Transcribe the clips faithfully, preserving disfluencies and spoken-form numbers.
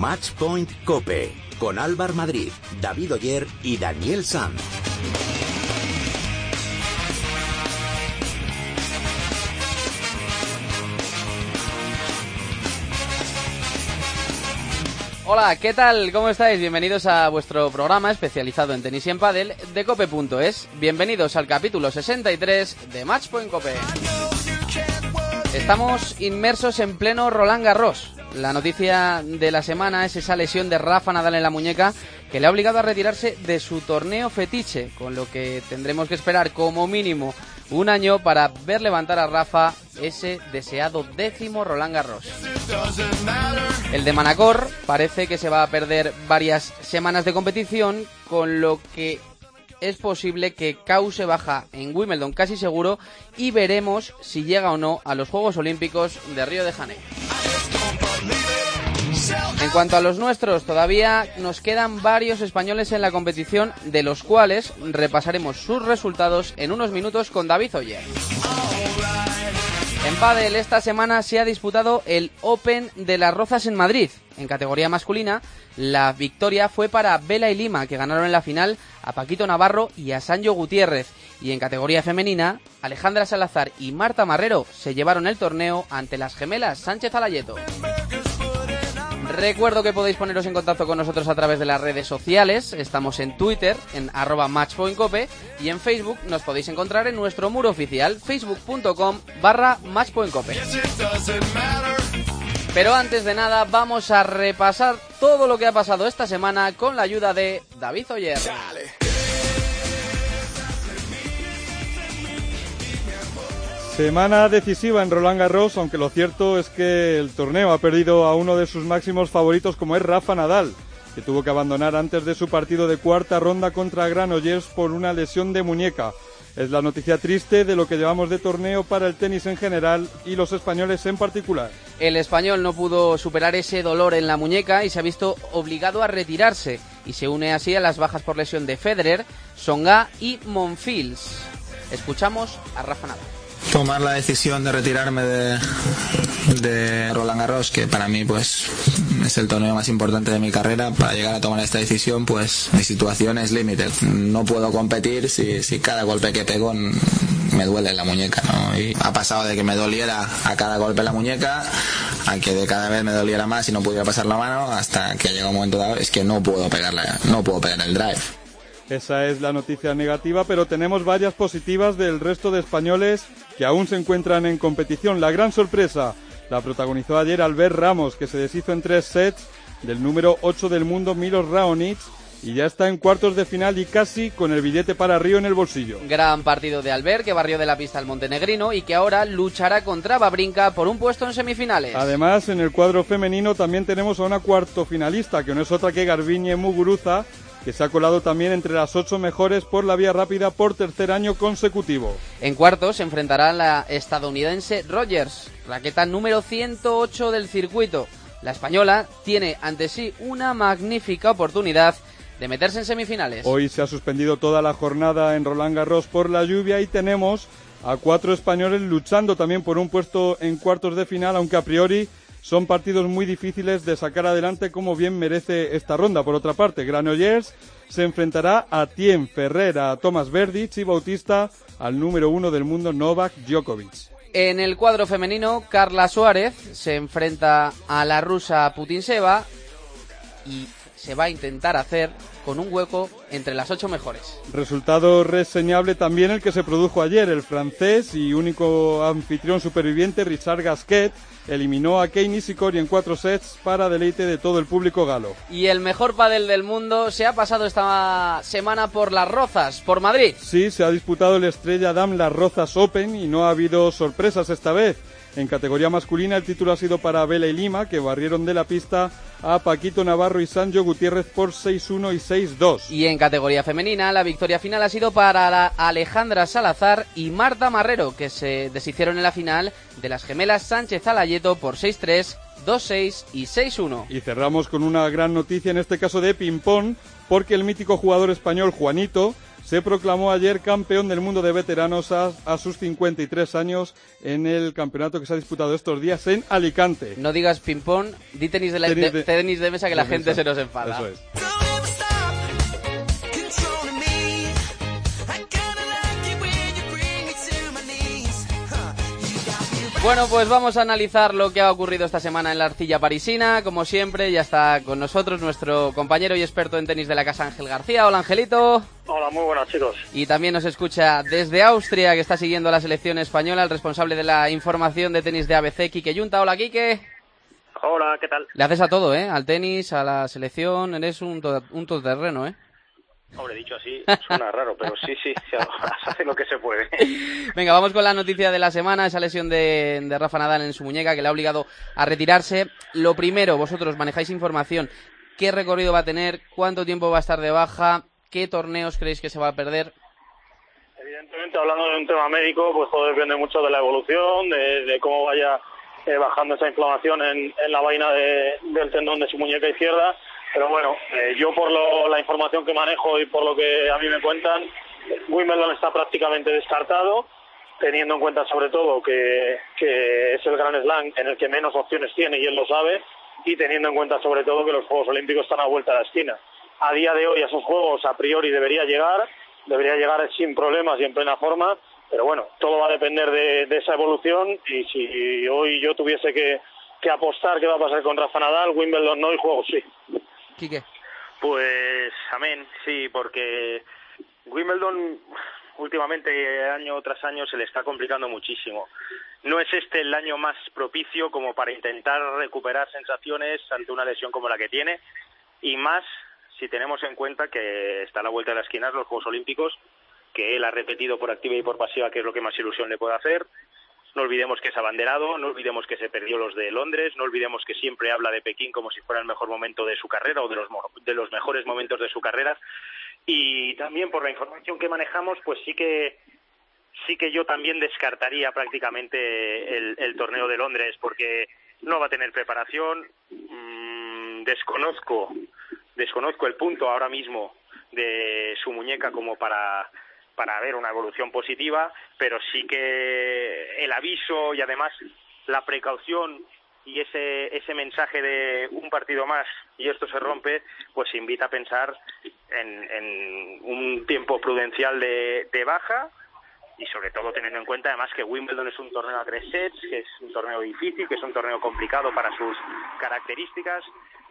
Match Point COPE, con Álvar Madrid, David Oyer y Daniel Sanz. Hola, ¿qué tal? ¿Cómo estáis? Bienvenidos a vuestro programa especializado en tenis y en pádel de cope punto es. Bienvenidos al capítulo sesenta y tres de Match Point COPE. Estamos inmersos en pleno Roland Garros. La noticia de la semana es esa lesión de Rafa Nadal en la muñeca que le ha obligado a retirarse de su torneo fetiche, con lo que tendremos que esperar como mínimo un año para ver levantar a Rafa ese deseado décimo Roland Garros. El de Manacor parece que se va a perder varias semanas de competición, con lo que es posible que cause baja en Wimbledon casi seguro, y veremos si llega o no a los Juegos Olímpicos de Río de Janeiro. En cuanto a los nuestros, todavía nos quedan varios españoles en la competición, de los cuales repasaremos sus resultados en unos minutos con David Oyer. En pádel, esta semana se ha disputado el Open de Las Rozas en Madrid. En categoría masculina, la victoria fue para Vela y Lima, que ganaron en la final a Paquito Navarro y a Sancho Gutiérrez. Y en categoría femenina, Alejandra Salazar y Marta Marrero se llevaron el torneo ante las gemelas Sánchez Alayeto. Recuerdo que podéis poneros en contacto con nosotros a través de las redes sociales. Estamos en Twitter, en arroba matchpointcope, y en Facebook nos podéis encontrar en nuestro muro oficial, facebook.com barra matchpointcope. Pero antes de nada, vamos a repasar todo lo que ha pasado esta semana con la ayuda de David Oyer. Semana decisiva en Roland Garros, aunque lo cierto es que el torneo ha perdido a uno de sus máximos favoritos, como es Rafa Nadal, que tuvo que abandonar antes de su partido de cuarta ronda contra Granollers por una lesión de muñeca. Es la noticia triste de lo que llevamos de torneo para el tenis en general y los españoles en particular. El español no pudo superar ese dolor en la muñeca y se ha visto obligado a retirarse, y se une así a las bajas por lesión de Federer, Tsonga y Monfils. Escuchamos a Rafa Nadal. Tomar la decisión de retirarme de, de Roland Garros, que para mí pues es el torneo más importante de mi carrera. Para llegar a tomar esta decisión, pues mi situación es límite. No puedo competir si, si cada golpe que pego me duele en la muñeca, ¿no? Y ha pasado de que me doliera a cada golpe la muñeca a que de cada vez me doliera más y no pudiera pasar la mano, hasta que llega un momento dado es que no puedo pegarla, no puedo pegar el drive. Esa es la noticia negativa, pero tenemos varias positivas del resto de españoles que aún se encuentran en competición. La gran sorpresa la protagonizó ayer Albert Ramos, que se deshizo en tres sets del número ocho del mundo, Milos Raonic, y ya está en cuartos de final y casi con el billete para Río en el bolsillo. Gran partido de Albert, que barrió de la pista al montenegrino y que ahora luchará contra Wawrinka por un puesto en semifinales. Además, en el cuadro femenino también tenemos a una cuarto finalista, que no es otra que Garbiñe Muguruza, que se ha colado también entre las ocho mejores por la vía rápida por tercer año consecutivo. En cuartos se enfrentará la estadounidense Rogers, raqueta número ciento ocho del circuito. La española tiene ante sí una magnífica oportunidad de meterse en semifinales. Hoy se ha suspendido toda la jornada en Roland Garros por la lluvia y tenemos a cuatro españoles luchando también por un puesto en cuartos de final, aunque a priori son partidos muy difíciles de sacar adelante, como bien merece esta ronda. Por otra parte, Granollers se enfrentará a Thiem, Ferrer, a Tomás Berdych y Bautista al número uno del mundo, Novak Djokovic. En el cuadro femenino, Carla Suárez se enfrenta a la rusa Putintseva y se va a intentar hacer con un hueco entre las ocho mejores. Resultado reseñable también el que se produjo ayer. El francés y único anfitrión superviviente, Richard Gasquet, eliminó a Kei Nishikori en cuatro sets para deleite de todo el público galo. Y el mejor pádel del mundo se ha pasado esta semana por Las Rozas, por Madrid. Sí, se ha disputado el Estrella Damm Las Rozas Open y no ha habido sorpresas esta vez. En categoría masculina el título ha sido para Vela y Lima, que barrieron de la pista a Paquito Navarro y Sancho Gutiérrez por seis uno y seis dos. Y en categoría femenina la victoria final ha sido para la Alejandra Salazar y Marta Marrero, que se deshicieron en la final de las gemelas Sánchez Alayeto por seis tres, dos seis y seis uno. Y cerramos con una gran noticia, en este caso de ping-pong, porque el mítico jugador español Juanito se proclamó ayer campeón del mundo de veteranos a, a sus cincuenta y tres años en el campeonato que se ha disputado estos días en Alicante. No digas ping-pong, di tenis de, la, tenis de, de, tenis de mesa que de la gente mesa. Se nos enfada. Eso es. Bueno, pues vamos a analizar lo que ha ocurrido esta semana en la arcilla parisina. Como siempre, ya está con nosotros nuestro compañero y experto en tenis de la casa, Ángel García. Hola, Angelito. Hola, muy buenas, chicos. Y también nos escucha desde Austria, que está siguiendo a la selección española, el responsable de la información de tenis de A B C, Quique Yunta. Hola, Quique. Hola, ¿qué tal? Le haces a todo, ¿eh? Al tenis, a la selección, eres un, to- un todoterreno, ¿eh? Hombre, dicho así, suena raro, pero sí, sí, se hace lo que se puede. Venga, vamos con la noticia de la semana, esa lesión de, de Rafa Nadal en su muñeca que le ha obligado a retirarse. Lo primero, vosotros manejáis información, ¿qué recorrido va a tener? ¿Cuánto tiempo va a estar de baja? ¿Qué torneos creéis que se va a perder? Evidentemente, hablando de un tema médico, pues todo depende mucho de la evolución, de, de cómo vaya eh, bajando esa inflamación en, en la vaina de, del tendón de su muñeca izquierda. Pero bueno, eh, yo por lo, la información que manejo y por lo que a mí me cuentan, Wimbledon está prácticamente descartado, teniendo en cuenta sobre todo que, que es el Grand Slam en el que menos opciones tiene y él lo sabe, y teniendo en cuenta sobre todo que los Juegos Olímpicos están a vuelta de la esquina. A día de hoy a esos Juegos a priori debería llegar, debería llegar sin problemas y en plena forma, pero bueno, todo va a depender de, de esa evolución, y si hoy yo tuviese que, que apostar qué va a pasar con Rafa Nadal, Wimbledon no y Juegos sí. Quique. Pues amén, sí, porque Wimbledon últimamente año tras año se le está complicando muchísimo. No es este el año más propicio como para intentar recuperar sensaciones ante una lesión como la que tiene, y más si tenemos en cuenta que está a la vuelta de la esquina los Juegos Olímpicos, que él ha repetido por activa y por pasiva que es lo que más ilusión le puede hacer. No olvidemos que es abanderado, no olvidemos que se perdió los de Londres, no olvidemos que siempre habla de Pekín como si fuera el mejor momento de su carrera o de los, de los mejores momentos de su carrera. Y también por la información que manejamos, pues sí que sí que yo también descartaría prácticamente el, el torneo de Londres, porque no va a tener preparación. Mmm, desconozco, desconozco el punto ahora mismo de su muñeca como para... para ver una evolución positiva, pero sí que el aviso y además la precaución y ese ese mensaje de un partido más y esto se rompe, pues invita a pensar en, en un tiempo prudencial de, de baja, y sobre todo teniendo en cuenta además que Wimbledon es un torneo a tres sets, que es un torneo difícil, que es un torneo complicado para sus características.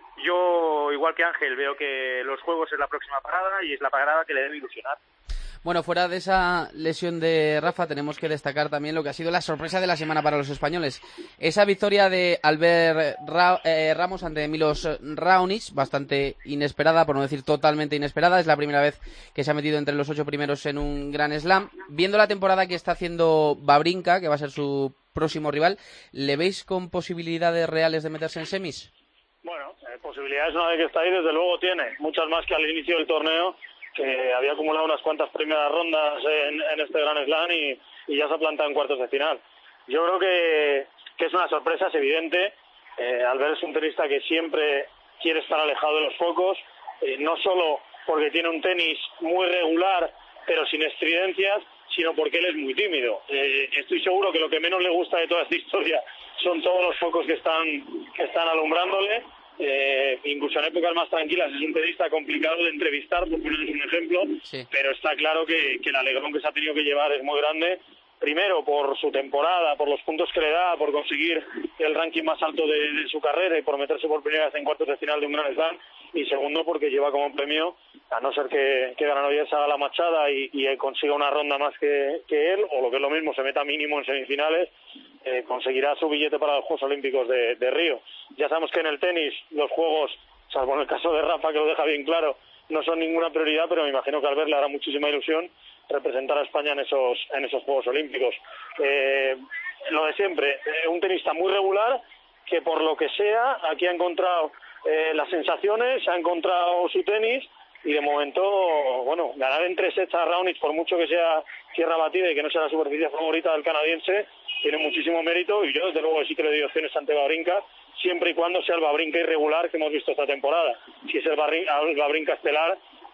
Yo, igual que Ángel, veo que los Juegos es la próxima parada y es la parada que le debe ilusionar. Bueno, fuera de esa lesión de Rafa, tenemos que destacar también lo que ha sido la sorpresa de la semana para los españoles. Esa victoria de Albert Ra- eh, Ramos ante Milos Raonic, bastante inesperada, por no decir totalmente inesperada. Es la primera vez que se ha metido entre los ocho primeros en un Grand Slam. Viendo la temporada que está haciendo Wawrinka, que va a ser su próximo rival, ¿le veis con posibilidades reales de meterse en semis? Bueno, eh, posibilidades una vez que está ahí, desde luego tiene. Muchas más que al inicio del torneo, que había acumulado unas cuantas primeras rondas en, en este Grand Slam y, y ya se ha plantado en cuartos de final. Yo creo que, que es una sorpresa, es evidente. Eh, Albert es un tenista que siempre quiere estar alejado de los focos, eh, no solo porque tiene un tenis muy regular, pero sin estridencias, sino porque él es muy tímido. Eh, estoy seguro que lo que menos le gusta de toda esta historia son todos los focos que están, que están alumbrándole. Eh, incluso en épocas más tranquilas es un tenista complicado de entrevistar, por poneros un ejemplo, sí. Pero está claro que, que el alegrón que se ha tenido que llevar es muy grande, primero por su temporada, por los puntos que le da, por conseguir el ranking más alto de, de su carrera y por meterse por primera vez en cuartos de final de un Grand Slam, y segundo porque lleva como premio, a no ser que, que Granollers haga la machada y, y consiga una ronda más que, que él, o lo que es lo mismo, se meta mínimo en semifinales, eh, conseguirá su billete para los Juegos Olímpicos de, de Río. Ya sabemos que en el tenis los juegos, salvo en el caso de Rafa, que lo deja bien claro, no son ninguna prioridad, pero me imagino que a Albert le hará muchísima ilusión representar a España en esos en esos Juegos Olímpicos. Eh, lo de siempre, eh, un tenista muy regular que por lo que sea aquí ha encontrado eh, las sensaciones, ha encontrado su tenis y de momento, bueno, ganar en tres sets a Raonic, por mucho que sea tierra batida y que no sea la superficie favorita del canadiense, tiene muchísimo mérito, y yo desde luego sí que le doy opciones ante Wawrinka, siempre y cuando sea el Wawrinka irregular que hemos visto esta temporada. Si es el Wawrinka estelar,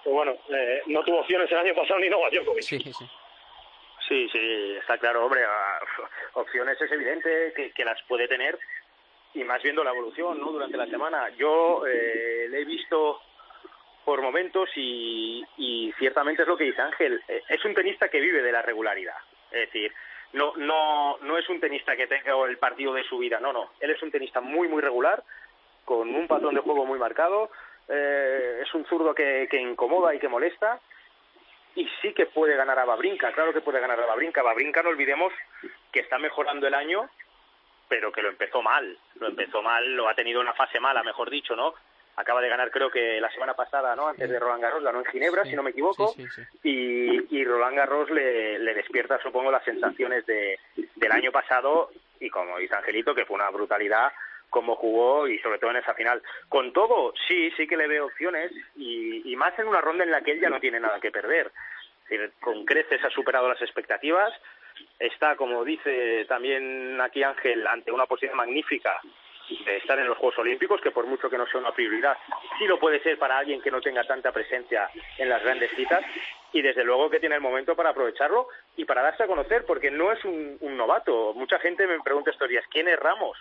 pues bueno, eh, no tuvo opciones el año pasado ni Novak Djokovic. Sí, sí. Sí, sí, está claro, hombre, opciones es evidente que, que las puede tener, y más viendo la evolución, ¿no?, durante la semana. Yo eh, le he visto por momentos y, y ciertamente es lo que dice Ángel, es un tenista que vive de la regularidad, es decir, no no no es un tenista que tenga el partido de su vida, no, no, él es un tenista muy, muy regular, con un patrón de juego muy marcado, eh, es un zurdo que, que incomoda y que molesta, y sí que puede ganar a Wawrinka, claro que puede ganar a Wawrinka. Wawrinka, no olvidemos que está mejorando el año, pero que lo empezó mal, lo empezó mal, lo ha tenido una fase mala, mejor dicho, ¿no? Acaba de ganar, creo que la semana pasada, ¿no?, antes de Roland Garros, ganó en Ginebra, sí, si no me equivoco, sí, sí, sí. Y, y Roland Garros le, le despierta, supongo, las sensaciones de, del año pasado, y como dice Angelito, que fue una brutalidad cómo jugó, y sobre todo en esa final. Con todo, sí, sí que le veo opciones, y, y más en una ronda en la que él ya no tiene nada que perder. Es decir, con creces ha superado las expectativas, está, como dice también aquí Ángel, ante una posibilidad magnífica de estar en los Juegos Olímpicos, que por mucho que no sea una prioridad, sí lo puede ser para alguien que no tenga tanta presencia en las grandes citas, y desde luego que tiene el momento para aprovecharlo y para darse a conocer, porque no es un, un novato. Mucha gente me pregunta estos días, ¿quién es Ramos?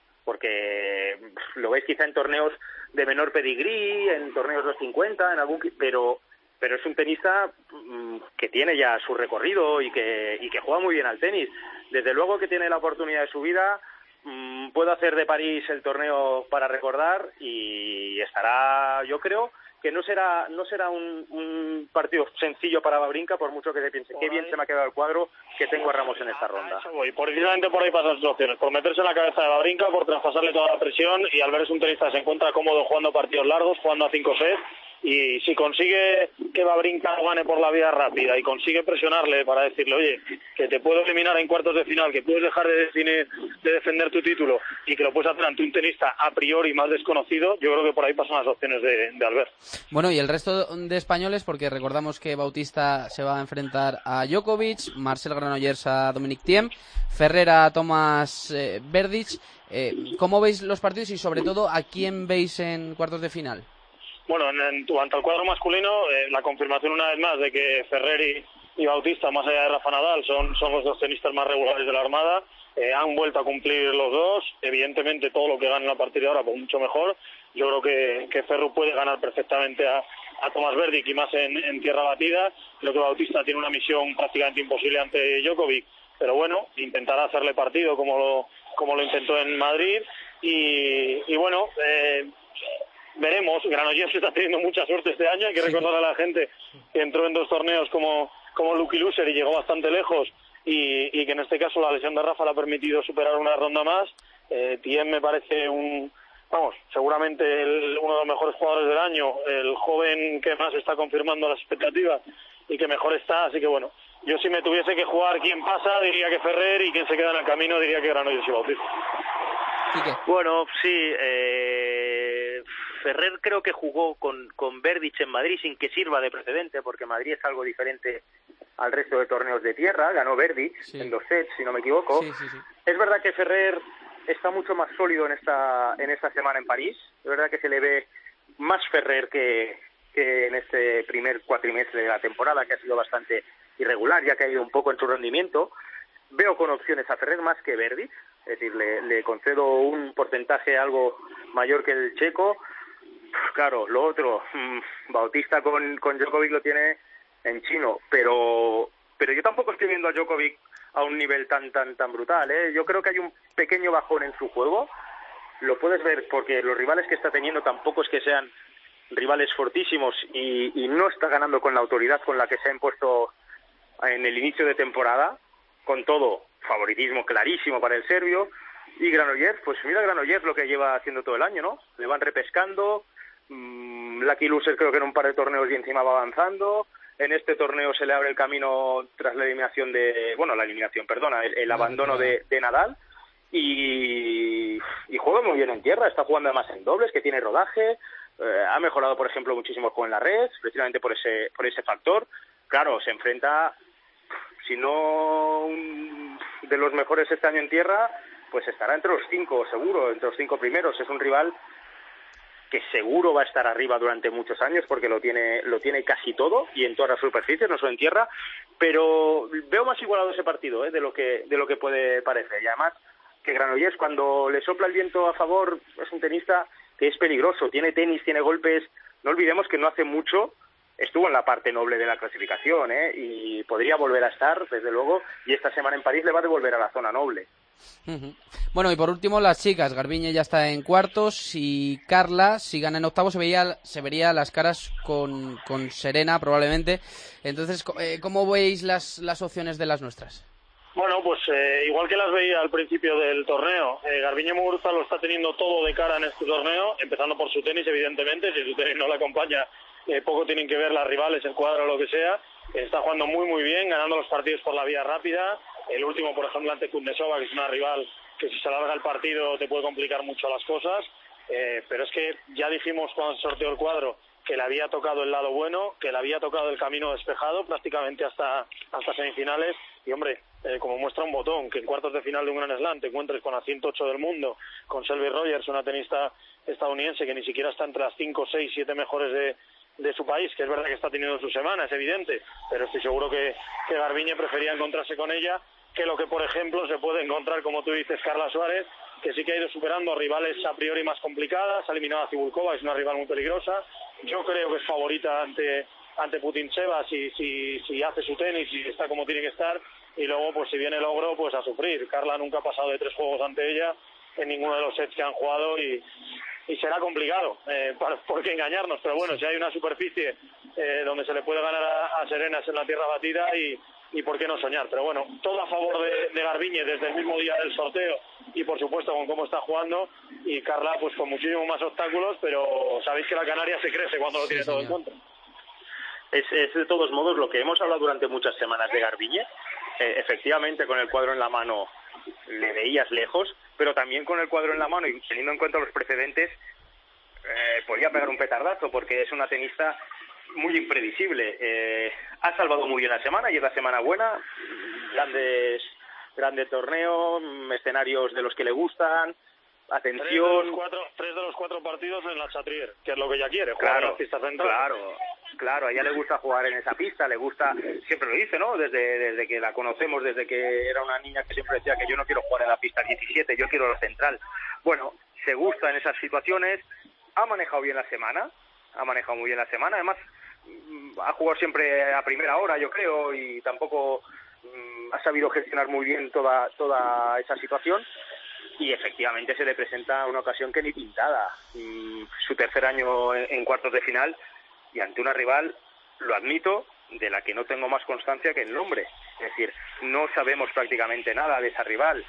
Porque lo veis quizá en torneos de menor pedigrí, en torneos de los cincuenta, en algún, pero pero es un tenista mmm, que tiene ya su recorrido y que y que juega muy bien al tenis. Desde luego que tiene la oportunidad de su vida, mmm, puede hacer de París el torneo para recordar, y estará, yo creo que no será no será un, un partido sencillo para Wawrinka, por mucho que se piense qué bien se me ha quedado el cuadro que tengo a Ramos en esta ronda. Y precisamente por ahí pasan sus opciones, por meterse en la cabeza de Wawrinka, por traspasarle toda la presión, y al ver es un tenista que se encuentra cómodo jugando partidos largos, jugando a cinco sets, y si consigue que Wawrinka gane por la vía rápida y consigue presionarle para decirle, oye, que te puedo eliminar en cuartos de final, que puedes dejar de, definir, de defender tu título, y que lo puedes hacer ante un tenista a priori más desconocido, yo creo que por ahí pasan las opciones de, de Albert. Bueno, y el resto de españoles, porque recordamos que Bautista se va a enfrentar a Djokovic, Marcel Granollers a Dominic Thiem, Ferrer a Tomás eh, Berdych. Eh, ¿Cómo veis los partidos y sobre todo a quién veis en cuartos de final? Bueno, en, en cuanto al cuadro masculino, eh, la confirmación una vez más de que Ferrer y, y Bautista, más allá de Rafa Nadal, son, son los dos tenistas más regulares de la Armada. Eh, han vuelto a cumplir los dos. Evidentemente todo lo que ganen a partir de ahora, pues mucho mejor. Yo creo que, que Ferru puede ganar perfectamente a, a Tomás Berdych, y más en, en tierra batida. Creo que Bautista tiene una misión prácticamente imposible ante Djokovic, pero bueno, intentará hacerle partido como lo, como lo intentó en Madrid. Y, y bueno, eh, veremos. Granollers está teniendo mucha suerte este año. Hay que recordar a la gente que entró en dos torneos como, como lucky loser y llegó bastante lejos, y, y que en este caso la lesión de Rafa le ha permitido superar una ronda más. eh, Thiem me parece un, vamos, seguramente el, uno de los mejores jugadores del año, el joven que más está confirmando las expectativas y que mejor está, así que bueno, yo si me tuviese que jugar quién pasa, diría que Ferrer, y quien se queda en el camino diría que Granollers y Bautista. Bueno, sí, eh, Ferrer creo que jugó con, con Berdych en Madrid sin que sirva de precedente, porque Madrid es algo diferente al resto de torneos de tierra. Ganó Berdych, sí, en dos sets, si no me equivoco. Sí, sí, sí. Es verdad que Ferrer está mucho más sólido en esta en esta semana en París. Es verdad que se le ve más Ferrer que, que en este primer cuatrimestre de la temporada, que ha sido bastante irregular, ya que ha ido un poco en su rendimiento. Veo con opciones a Ferrer más que Berdych, es decir, le, le concedo un porcentaje algo mayor que el checo. Claro, lo otro, mmm, Bautista con, con Djokovic lo tiene en chino, pero pero yo tampoco estoy viendo a Djokovic a un nivel tan tan tan brutal, ¿eh? Yo creo que hay un pequeño bajón en su juego, lo puedes ver porque los rivales que está teniendo tampoco es que sean rivales fortísimos, y, y no está ganando con la autoridad con la que se ha impuesto en el inicio de temporada. Con todo, favoritismo clarísimo para el serbio. Y Granollers, pues mira Granollers lo que lleva haciendo todo el año, ¿no? Le van repescando, mmm, Lucky Loser creo que en un par de torneos y encima va avanzando. En este torneo se le abre el camino tras la eliminación de... Bueno, la eliminación, perdona, el, el abandono de, de Nadal. Y, y juega muy bien en tierra, está jugando además en dobles, que tiene rodaje. Eh, ha mejorado, por ejemplo, muchísimo el juego en la red, precisamente por ese, por ese factor. Claro, se enfrenta... Si no un de los mejores este año en tierra, pues estará entre los cinco seguro, entre los cinco primeros. Es un rival que seguro va a estar arriba durante muchos años porque lo tiene lo tiene casi todo y en todas las superficies, no solo en tierra, pero veo más igualado ese partido, ¿eh? de lo que de lo que puede parecer. Y además que Granollers, cuando le sopla el viento a favor, es un tenista que es peligroso, tiene tenis, tiene golpes. No olvidemos que no hace mucho estuvo en la parte noble de la clasificación, ¿eh? Y podría volver a estar, desde luego, y esta semana en París le va a devolver a la zona noble. Uh-huh. Bueno, y por último las chicas. Garbiñe ya está en cuartos y Carla, si gana en octavos, se veía se vería las caras con, con Serena probablemente. Entonces, eh, ¿cómo veis las, las opciones de las nuestras? Bueno, pues eh, igual que las veía al principio del torneo, eh, Garbiñe Muguruza lo está teniendo todo de cara en este torneo, empezando por su tenis, evidentemente. Si su tenis no la acompaña, eh, poco tienen que ver las rivales, el cuadro o lo que sea. Está jugando muy muy bien, ganando los partidos por la vía rápida. El último, por ejemplo, ante Kuznetsova, que es una rival que si se alarga el partido te puede complicar mucho las cosas. Eh, pero es que ya dijimos cuando sorteó el cuadro que le había tocado el lado bueno, que le había tocado el camino despejado prácticamente hasta, hasta semifinales. Y hombre, eh, como muestra un botón, que en cuartos de final de un Grand Slam te encuentres con la ciento ocho del mundo, con Shelby Rogers, una tenista estadounidense que ni siquiera está entre las cinco, seis, siete mejores de, de su país, que es verdad que está teniendo su semana, es evidente, pero estoy seguro que, que Garbiñe prefería encontrarse con ella que lo que, por ejemplo, se puede encontrar, como tú dices, Carla Suárez, que sí que ha ido superando rivales a priori más complicadas, ha eliminado a Cibulkova, es una rival muy peligrosa. Yo creo que es favorita ante ante Putintseva si, si, si hace su tenis y está como tiene que estar, y luego pues si viene el ogro, pues a sufrir. Carla nunca ha pasado de tres juegos ante ella en ninguno de los sets que han jugado y, y será complicado, eh, para, por qué engañarnos, pero bueno, si hay una superficie eh, donde se le puede ganar a, a Serenas en la tierra batida y y por qué no soñar, pero bueno, todo a favor de, de Garbiñe desde el mismo día del sorteo y por supuesto con cómo está jugando, y Carla pues con muchísimos más obstáculos, pero sabéis que la Canaria se crece cuando lo tiene sí, todo en contra. Es, es de todos modos lo que hemos hablado durante muchas semanas de Garbiñe. Eh, efectivamente con el cuadro en la mano le veías lejos, pero también con el cuadro en la mano y teniendo en cuenta los precedentes eh, podía pegar un petardazo porque es una tenista muy imprevisible. Eh, ha salvado muy bien la semana y es la semana buena, grandes grande torneo, escenarios de los que le gustan, atención. Tres de los cuatro, tres de los cuatro partidos en la Chatrier, que es lo que ella quiere, jugar claro, en la pista central. Claro, claro, a ella le gusta jugar en esa pista, le gusta, siempre lo dice, ¿no? Desde, desde que la conocemos, desde que era una niña que siempre decía que yo no quiero jugar en la pista diecisiete, yo quiero la central. Bueno, se gusta en esas situaciones, ha manejado bien la semana, ha manejado muy bien la semana, además ha jugado siempre a primera hora, yo creo, y tampoco mm, ha sabido gestionar muy bien toda toda esa situación, y efectivamente se le presenta una ocasión que ni pintada, mm, su tercer año en, en cuartos de final, y ante una rival, lo admito, de la que no tengo más constancia que el nombre, es decir, no sabemos prácticamente nada de esa rival.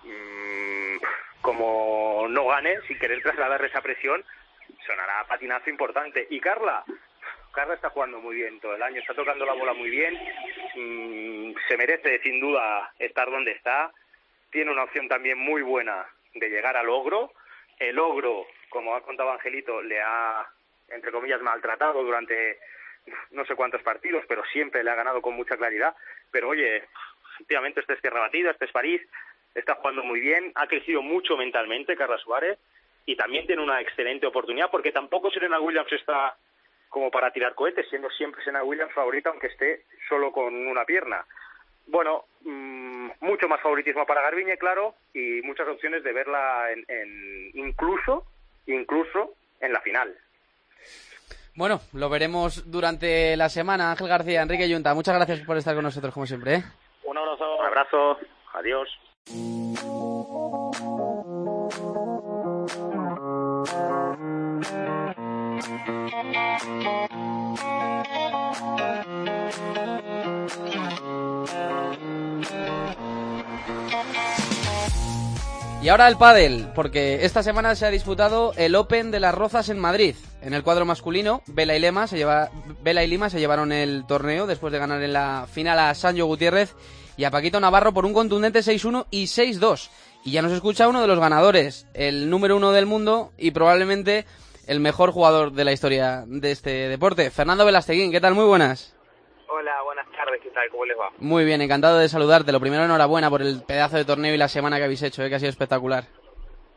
Mm, como no gane, sin querer trasladarle esa presión, sonará patinazo importante. Y Carla, Carla está jugando muy bien todo el año, está tocando la bola muy bien, mmm, se merece sin duda estar donde está, tiene una opción también muy buena de llegar al ogro. El ogro, como ha contado Angelito, le ha, entre comillas, maltratado durante no sé cuántos partidos, pero siempre le ha ganado con mucha claridad. Pero oye, efectivamente este es tierra batida, este es París, está jugando muy bien, ha crecido mucho mentalmente Carla Suárez y también tiene una excelente oportunidad porque tampoco Serena Williams está como para tirar cohetes, siendo siempre Serena Williams favorita, aunque esté solo con una pierna. Bueno, mmm, mucho más favoritismo para Garbiñe, claro, y muchas opciones de verla en, en incluso, incluso en la final. Bueno, lo veremos durante la semana. Ángel García, Enrique Yunta, muchas gracias por estar con nosotros, como siempre, ¿eh? Un abrazo. Un abrazo, adiós. Y ahora el pádel, porque esta semana se ha disputado el Open de Las Rozas en Madrid. En el cuadro masculino, Vela y Lima se, lleva, Vela y Lima se llevaron el torneo después de ganar en la final a Sancho Gutiérrez y a Paquito Navarro por un contundente seis uno y seis dos. Y ya nos escucha uno de los ganadores, el número uno del mundo y probablemente el mejor jugador de la historia de este deporte, Fernando Velasteguín. ¿Qué tal? Muy buenas. Hola, buenas tardes, ¿qué tal? ¿Cómo les va? Muy bien, encantado de saludarte. Lo primero, enhorabuena por el pedazo de torneo y la semana que habéis hecho, ¿eh? Que ha sido espectacular. Sí,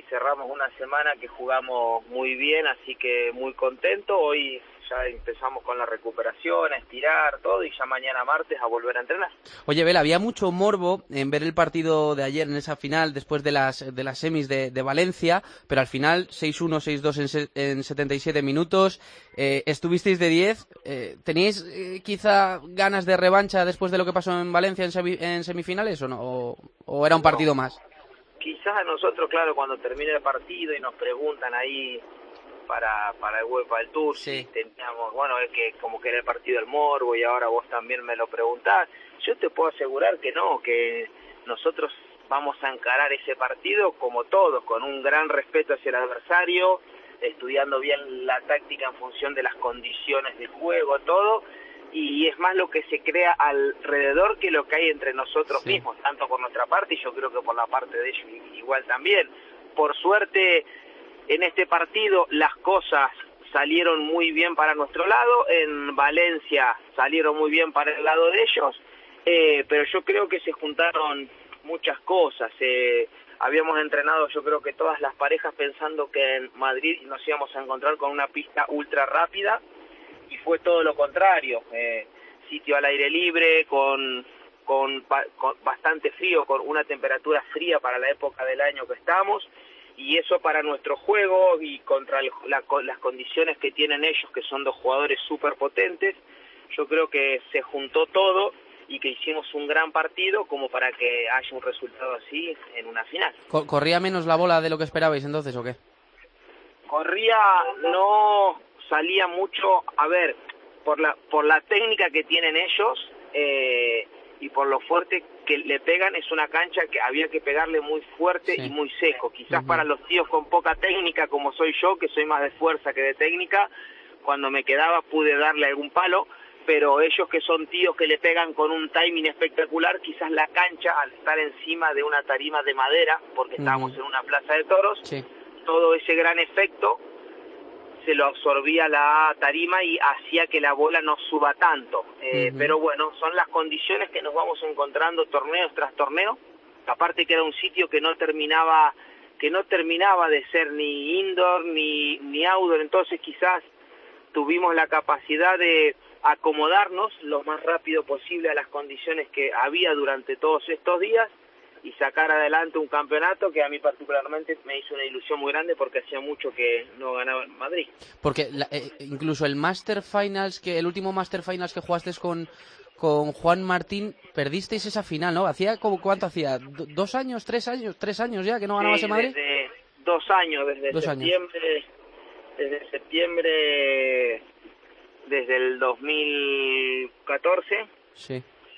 cerramos una semana que jugamos muy bien, así que muy contento. Hoy ya empezamos con la recuperación, a estirar todo y ya mañana martes a volver a entrenar. Oye, Vela, había mucho morbo en ver el partido de ayer en esa final después de las de las semis de, de Valencia, pero al final seis uno, seis dos en, se, en setenta y siete minutos, eh, estuvisteis de diez. Eh, ¿Teníais eh, quizá ganas de revancha después de lo que pasó en Valencia en, semi, en semifinales o no? ¿O, o era un partido no. más? Quizás a nosotros, claro, cuando termine el partido y nos preguntan ahí para para el UEFA del Tour, sí. si teníamos, bueno, es que como que era el partido del morbo y ahora vos también me lo preguntás, yo te puedo asegurar que no, que nosotros vamos a encarar ese partido como todos, con un gran respeto hacia el adversario, estudiando bien la táctica en función de las condiciones de juego, todo, y es más lo que se crea alrededor que lo que hay entre nosotros sí. mismos, tanto por nuestra parte y yo creo que por la parte de ellos igual también. Por suerte, en este partido las cosas salieron muy bien para nuestro lado, en Valencia salieron muy bien para el lado de ellos, eh, pero yo creo que se juntaron muchas cosas. Eh, habíamos entrenado yo creo que todas las parejas pensando que en Madrid nos íbamos a encontrar con una pista ultra rápida y fue todo lo contrario, eh, sitio al aire libre, con, con, con bastante frío, con una temperatura fría para la época del año que estamos. Y eso para nuestro juego y contra el, la, las condiciones que tienen ellos, que son dos jugadores súper potentes, yo creo que se juntó todo y que hicimos un gran partido como para que haya un resultado así en una final. ¿Corría menos la bola de lo que esperabais entonces o qué? Corría, no salía mucho, a ver, por la, por la técnica que tienen ellos eh, y por lo fuerte que le pegan, es una cancha que había que pegarle muy fuerte sí. y muy seco. Quizás uh-huh. para los tíos con poca técnica, como soy yo, que soy más de fuerza que de técnica, cuando me quedaba pude darle algún palo, pero ellos que son tíos que le pegan con un timing espectacular, quizás la cancha, al estar encima de una tarima de madera, porque uh-huh. estábamos en una plaza de toros, sí. todo ese gran efecto se lo absorbía la tarima y hacía que la bola no suba tanto. Eh, uh-huh. Pero bueno, son las condiciones que nos vamos encontrando torneos tras torneo. Aparte que era un sitio que no terminaba que no terminaba de ser ni indoor ni, ni outdoor, entonces quizás tuvimos la capacidad de acomodarnos lo más rápido posible a las condiciones que había durante todos estos días y sacar adelante un campeonato que a mí particularmente me hizo una ilusión muy grande porque hacía mucho que no ganaba en Madrid. Porque la, eh, incluso el Master Finals, que el último Master Finals que jugaste con, con Juan Martín, perdisteis esa final, ¿no? ¿Hacía como cuánto hacía? ¿Dos años, tres años, tres años ya que no ganabas sí, en Madrid? Desde dos años, desde dos septiembre, años. desde septiembre, desde el dos mil catorce, sí.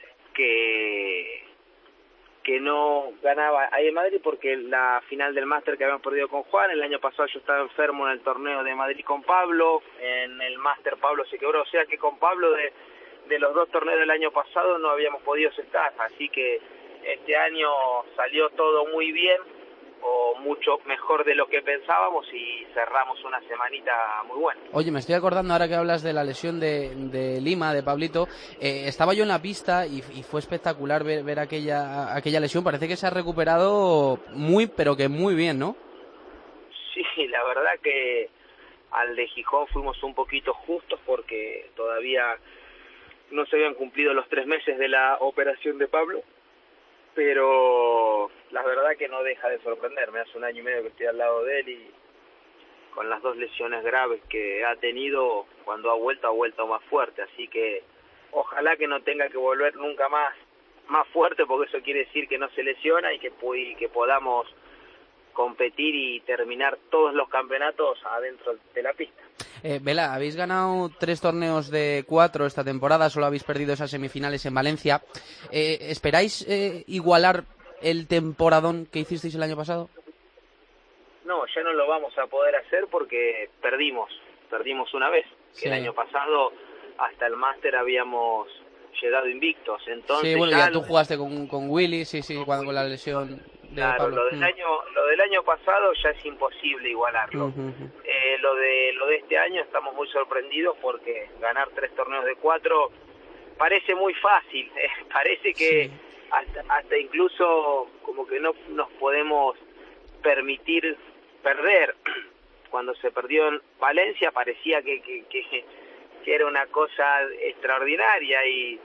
que... que no ganaba ahí en Madrid porque la final del Máster que habíamos perdido con Juan, el año pasado yo estaba enfermo en el torneo de Madrid con Pablo, en el Máster Pablo se quebró, o sea que con Pablo de, de los dos torneos del año pasado no habíamos podido estar, así que este año salió todo muy bien, o mucho mejor de lo que pensábamos y cerramos una semanita muy buena. Oye, me estoy acordando ahora que hablas de la lesión de, de Lima, de Pablito, eh, estaba yo en la pista y, y fue espectacular ver, ver aquella, aquella lesión, parece que se ha recuperado muy, pero que muy bien, ¿no? Sí, la verdad que al de Gijón fuimos un poquito justos porque todavía no se habían cumplido los tres meses de la operación de Pablo, pero la verdad que no deja de sorprenderme. Hace un año y medio que estoy al lado de él y con las dos lesiones graves que ha tenido, cuando ha vuelto, ha vuelto más fuerte. Así que ojalá que no tenga que volver nunca más más fuerte, porque eso quiere decir que no se lesiona y que, y que podamos competir y terminar todos los campeonatos adentro de la pista. Eh, Vela, habéis ganado tres torneos de cuatro esta temporada, solo habéis perdido esas semifinales en Valencia. Eh, ¿Esperáis eh, igualar el temporadón que hicisteis el año pasado? No, ya no lo vamos a poder hacer porque perdimos, perdimos una vez. Que sí. El año pasado hasta el máster habíamos llegado invictos. Entonces sí, bueno, ya, ya tú jugaste con, con Willy, sí, sí, cuando con la lesión de claro, Pablo. Lo del, mm. año, lo del año pasado ya es imposible igualarlo. Uh-huh. eh, lo de lo de este año estamos muy sorprendidos porque ganar tres torneos de cuatro parece muy fácil. Eh, parece que sí. hasta, hasta incluso como que no nos podemos permitir perder, cuando se perdió en Valencia, parecía que, que, que, que era una cosa extraordinaria y,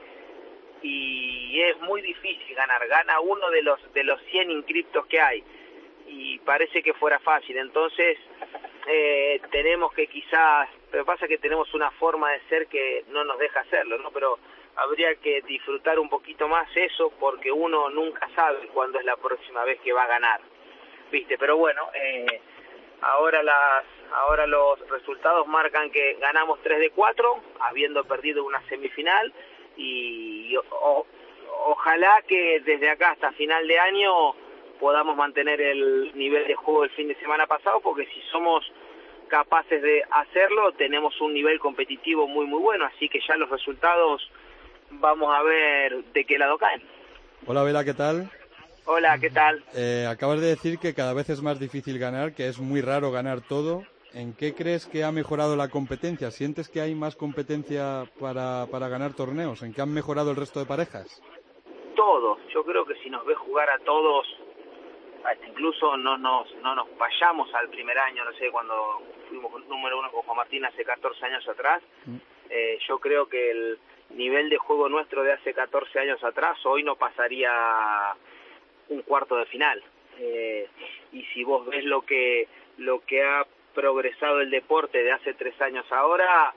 y es muy difícil ganar. Gana uno de los de los cien inscriptos que hay y parece que fuera fácil. Entonces eh, tenemos que quizás, pero pasa que tenemos una forma de ser que no nos deja hacerlo, ¿no? Pero habría que disfrutar un poquito más eso, porque uno nunca sabe cuándo es la próxima vez que va a ganar, ¿viste? Pero bueno, eh, ahora las ahora los resultados marcan que ganamos tres de cuatro, habiendo perdido una semifinal, y o, ojalá que desde acá hasta final de año podamos mantener el nivel de juego del fin de semana pasado, porque si somos capaces de hacerlo, tenemos un nivel competitivo muy muy bueno, así que ya los resultados vamos a ver de qué lado caen. Hola Vela, ¿qué tal? Hola, ¿qué tal? Eh, acabas de decir que cada vez es más difícil ganar, que es muy raro ganar todo. ¿En qué crees que ha mejorado la competencia? ¿Sientes que hay más competencia para, para ganar torneos? ¿En qué han mejorado el resto de parejas? Todos. Yo creo que si nos ves jugar a todos, incluso no nos no nos vayamos al primer año, no sé, cuando fuimos número uno con Juan Martín hace catorce años atrás, mm. eh, yo creo que el nivel de juego nuestro de hace catorce años atrás hoy no pasaría un cuarto de final. Eh, y si vos ves lo que lo que ha progresado el deporte de hace tres años ahora,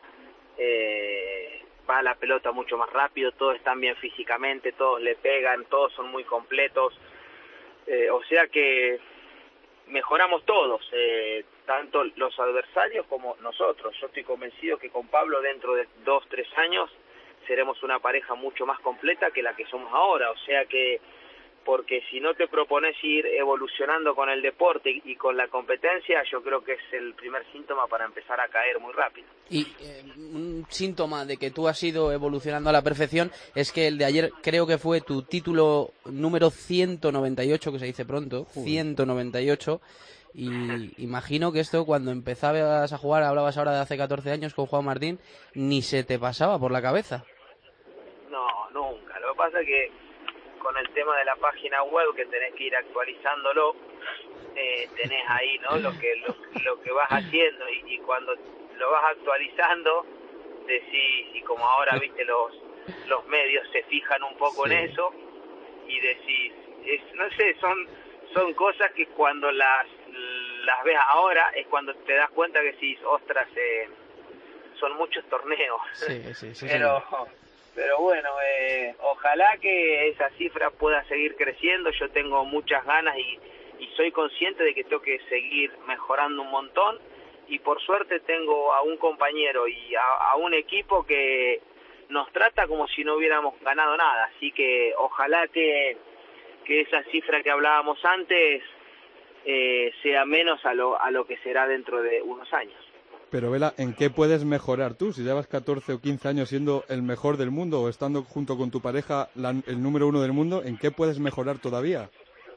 eh, va la pelota mucho más rápido, todos están bien físicamente, todos le pegan, todos son muy completos, eh, o sea que mejoramos todos, eh, tanto los adversarios como nosotros. Yo estoy convencido que con Pablo dentro de dos, tres años seremos una pareja mucho más completa que la que somos ahora, o sea que, porque si no te propones ir evolucionando con el deporte y con la competencia, yo creo que es el primer síntoma para empezar a caer muy rápido. Y eh, un síntoma de que tú has ido evolucionando a la perfección es que el de ayer creo que fue tu título número ciento noventa y ocho, que se dice pronto, Uy. ciento noventa y ocho, y imagino que esto cuando empezabas a jugar, hablabas ahora de hace catorce años con Juan Martín, ni se te pasaba por la cabeza. No, nunca. Lo que pasa es que con el tema de la página web, que tenés que ir actualizándolo, eh, tenés ahí, ¿no? Lo que lo, lo que vas haciendo y, y cuando lo vas actualizando decís, y como ahora viste los los medios se fijan un poco sí. en eso y decís, es, no sé, son son cosas que cuando las las ves ahora es cuando te das cuenta que decís, ostras, eh, son muchos torneos. Sí, sí, sí, pero sí. Pero bueno, eh, ojalá que esa cifra pueda seguir creciendo. Yo tengo muchas ganas y, y soy consciente de que tengo que seguir mejorando un montón. Y por suerte tengo a un compañero y a, a un equipo que nos trata como si no hubiéramos ganado nada. Así que ojalá que, que esa cifra que hablábamos antes eh, sea menos a lo, a lo que será dentro de unos años. Pero Vela, ¿en qué puedes mejorar tú? Si llevas catorce o quince años siendo el mejor del mundo o estando junto con tu pareja la, el número uno del mundo, ¿en qué puedes mejorar todavía?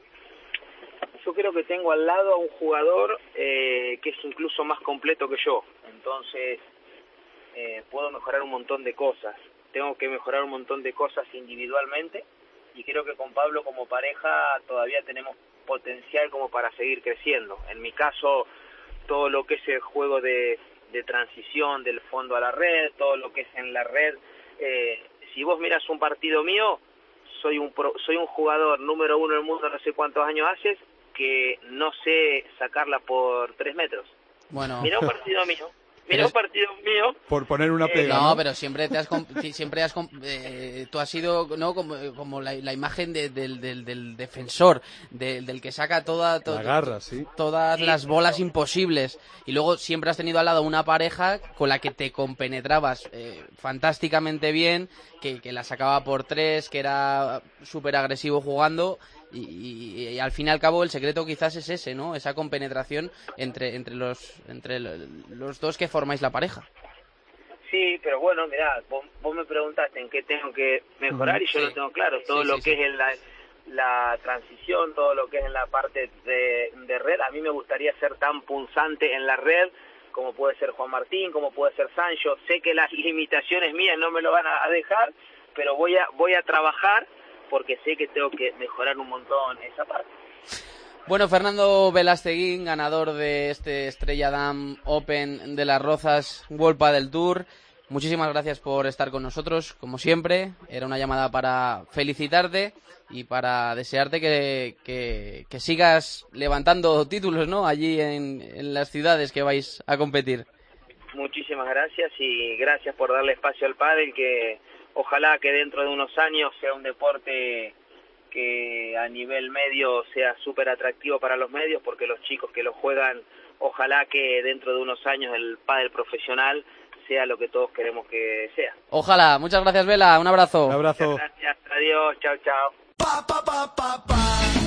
Yo creo que tengo al lado a un jugador eh, que es incluso más completo que yo. Entonces, eh, puedo mejorar un montón de cosas. Tengo que mejorar un montón de cosas individualmente y creo que con Pablo como pareja todavía tenemos potencial como para seguir creciendo. En mi caso, todo lo que es el juego de, de transición del fondo a la red, todo lo que es en la red. Eh, si vos miras un partido mío, soy un pro, soy un jugador número uno del mundo, no sé cuántos años haces, que no sé sacarla por tres metros. Bueno. Mira un partido mío. Mira un partido mío. Por poner una pega. Eh, no, ¿no? pero siempre te has siempre has eh, tú has sido no como, como la, la imagen de, del, del, del defensor, de, del que saca toda, to, la garra, sí. todas sí, las bolas pero... imposibles y luego siempre has tenido al lado una pareja con la que te compenetrabas eh, fantásticamente bien, que, que la sacaba por tres, que era súper agresivo jugando. Y, y, y al fin y al cabo el secreto quizás es ese, ¿no? Esa compenetración entre entre los entre los dos que formáis la pareja. Sí, pero bueno, mirá, vos, vos me preguntaste en qué tengo que mejorar y yo sí. lo tengo claro. Todo sí, lo sí, que sí. es en la, la transición, todo lo que es en la parte de, de red, a mí me gustaría ser tan punzante en la red como puede ser Juan Martín, como puede ser Sancho. Sé que las limitaciones mías no me lo van a dejar, pero voy a voy a trabajar porque sé que tengo que mejorar un montón esa parte. Bueno, Fernando Velasteguín, ganador de este Estrella Damm Open de Las Rozas World Padel Tour. Muchísimas gracias por estar con nosotros, como siempre. Era una llamada para felicitarte y para desearte que, que, que sigas levantando títulos, ¿no? Allí en, en las ciudades que vais a competir. Muchísimas gracias y gracias por darle espacio al pádel, que ojalá que dentro de unos años sea un deporte que a nivel medio sea súper atractivo para los medios, porque los chicos que lo juegan, ojalá que dentro de unos años el pádel profesional sea lo que todos queremos que sea. Ojalá. Muchas gracias, Vela. Un abrazo. Un abrazo. Muchas gracias. Adiós. Chao, chao. Pa, pa, pa, pa, pa.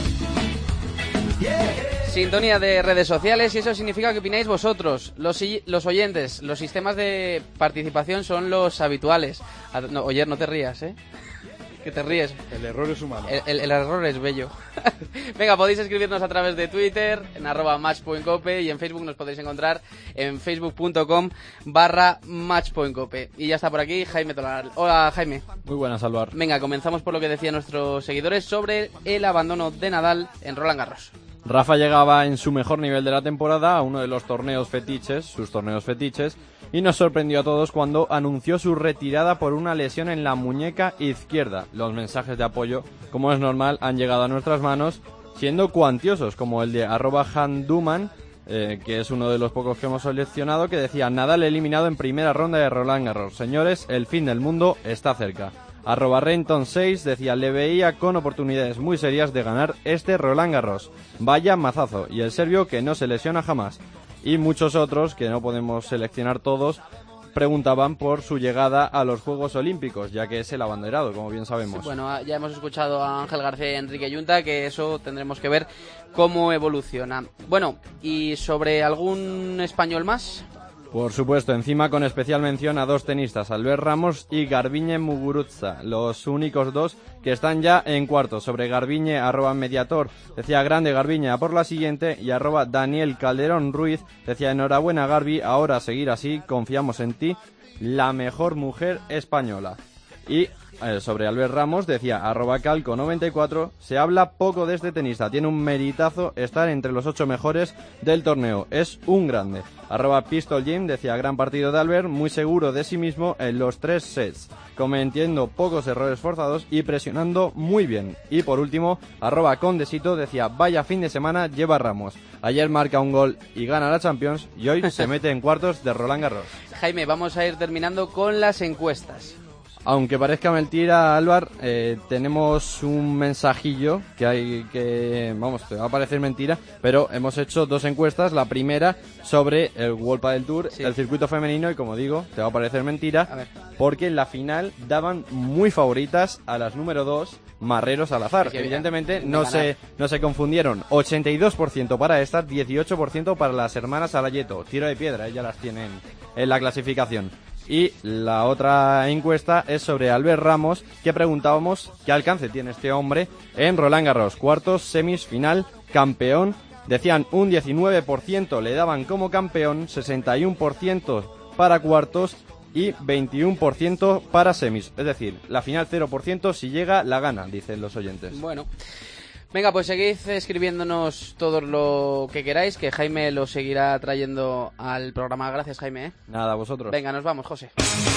Yeah. Sintonía de redes sociales, y eso significa que opináis vosotros, los, los oyentes. Los sistemas de participación son los habituales. No, Oyer, no te rías, ¿eh? Que te ríes. El error es humano. El, el, el error es bello. Venga, podéis escribirnos a través de Twitter, en arroba match.cope, y en Facebook nos podéis encontrar en facebook.com barra match.cope. Y ya está por aquí Jaime Tolar. Hola, Jaime. Muy buenas, Álvaro. Venga, comenzamos por lo que decían nuestros seguidores sobre el abandono de Nadal en Roland Garros. Rafa llegaba en su mejor nivel de la temporada a uno de los torneos fetiches, sus torneos fetiches, y nos sorprendió a todos cuando anunció su retirada por una lesión en la muñeca izquierda. Los mensajes de apoyo, como es normal, han llegado a nuestras manos, siendo cuantiosos, como el de arroba handuman, eh, que es uno de los pocos que hemos seleccionado, que decía: Nadal eliminado en primera ronda de Roland Garros. Señores, el fin del mundo está cerca. Arroba Renton seis decía: le veía con oportunidades muy serias de ganar este Roland Garros. Vaya mazazo. Y el serbio que no se lesiona jamás. Y muchos otros, que no podemos seleccionar todos, preguntaban por su llegada a los Juegos Olímpicos, ya que es el abanderado, como bien sabemos. Bueno, ya hemos escuchado a Ángel García y a Enrique Yunta, que eso tendremos que ver cómo evoluciona. Bueno, ¿y sobre algún español más? Por supuesto, encima con especial mención a dos tenistas, Albert Ramos y Garbiñe Muguruza, los únicos dos que están ya en cuartos. Sobre Garbiñe, arroba Mediator, decía: grande Garbiñe, a por la siguiente. Y arroba Daniel Calderón Ruiz, decía: enhorabuena Garbi, ahora a seguir así, confiamos en ti, la mejor mujer española. Y eh, sobre Albert Ramos decía arroba Calco noventa y cuatro, se habla poco de este tenista, tiene un meritazo estar entre los ocho mejores del torneo, es un grande. Arroba Pistol Jim decía: gran partido de Albert, muy seguro de sí mismo en los tres sets, cometiendo pocos errores forzados y presionando muy bien. Y por último, arroba Condesito decía: vaya fin de semana lleva Ramos, ayer marca un gol y gana la Champions, y hoy se mete en cuartos de Roland Garros. Jaime, vamos a ir terminando con las encuestas. Aunque parezca mentira, Álvaro, eh, tenemos un mensajillo que hay que, vamos, te va a parecer mentira, pero hemos hecho dos encuestas. La primera sobre el World Padel Tour, sí, el circuito femenino, y como digo, te va a parecer mentira, a ver, porque en la final daban muy favoritas a las número dos, Marrero Salazar. Es que evidentemente no se, no se confundieron. ochenta y dos por ciento para estas, dieciocho por ciento para las hermanas Alayeto. Tiro de piedra, ellas las tienen en la clasificación. Y la otra encuesta es sobre Albert Ramos, que preguntábamos qué alcance tiene este hombre en Roland Garros, cuartos, semis, final, campeón. Decían un diecinueve por ciento le daban como campeón, sesenta y uno por ciento para cuartos y veintiuno por ciento para semis. Es decir, la final cero por ciento, si llega la gana, dicen los oyentes. Bueno, venga, pues seguid escribiéndonos todo lo que queráis, que Jaime lo seguirá trayendo al programa. Gracias, Jaime, ¿eh? Nada, a vosotros. Venga, nos vamos, José.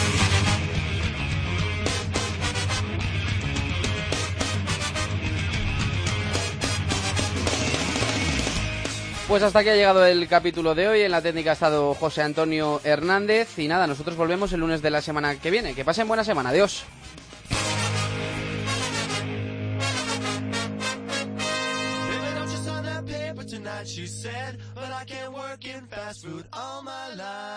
Pues hasta aquí ha llegado el capítulo de hoy. En la técnica ha estado José Antonio Hernández. Y nada, nosotros volvemos el lunes de la semana que viene. Que pasen buena semana. Adiós. She said, but I can't work in fast food all my life.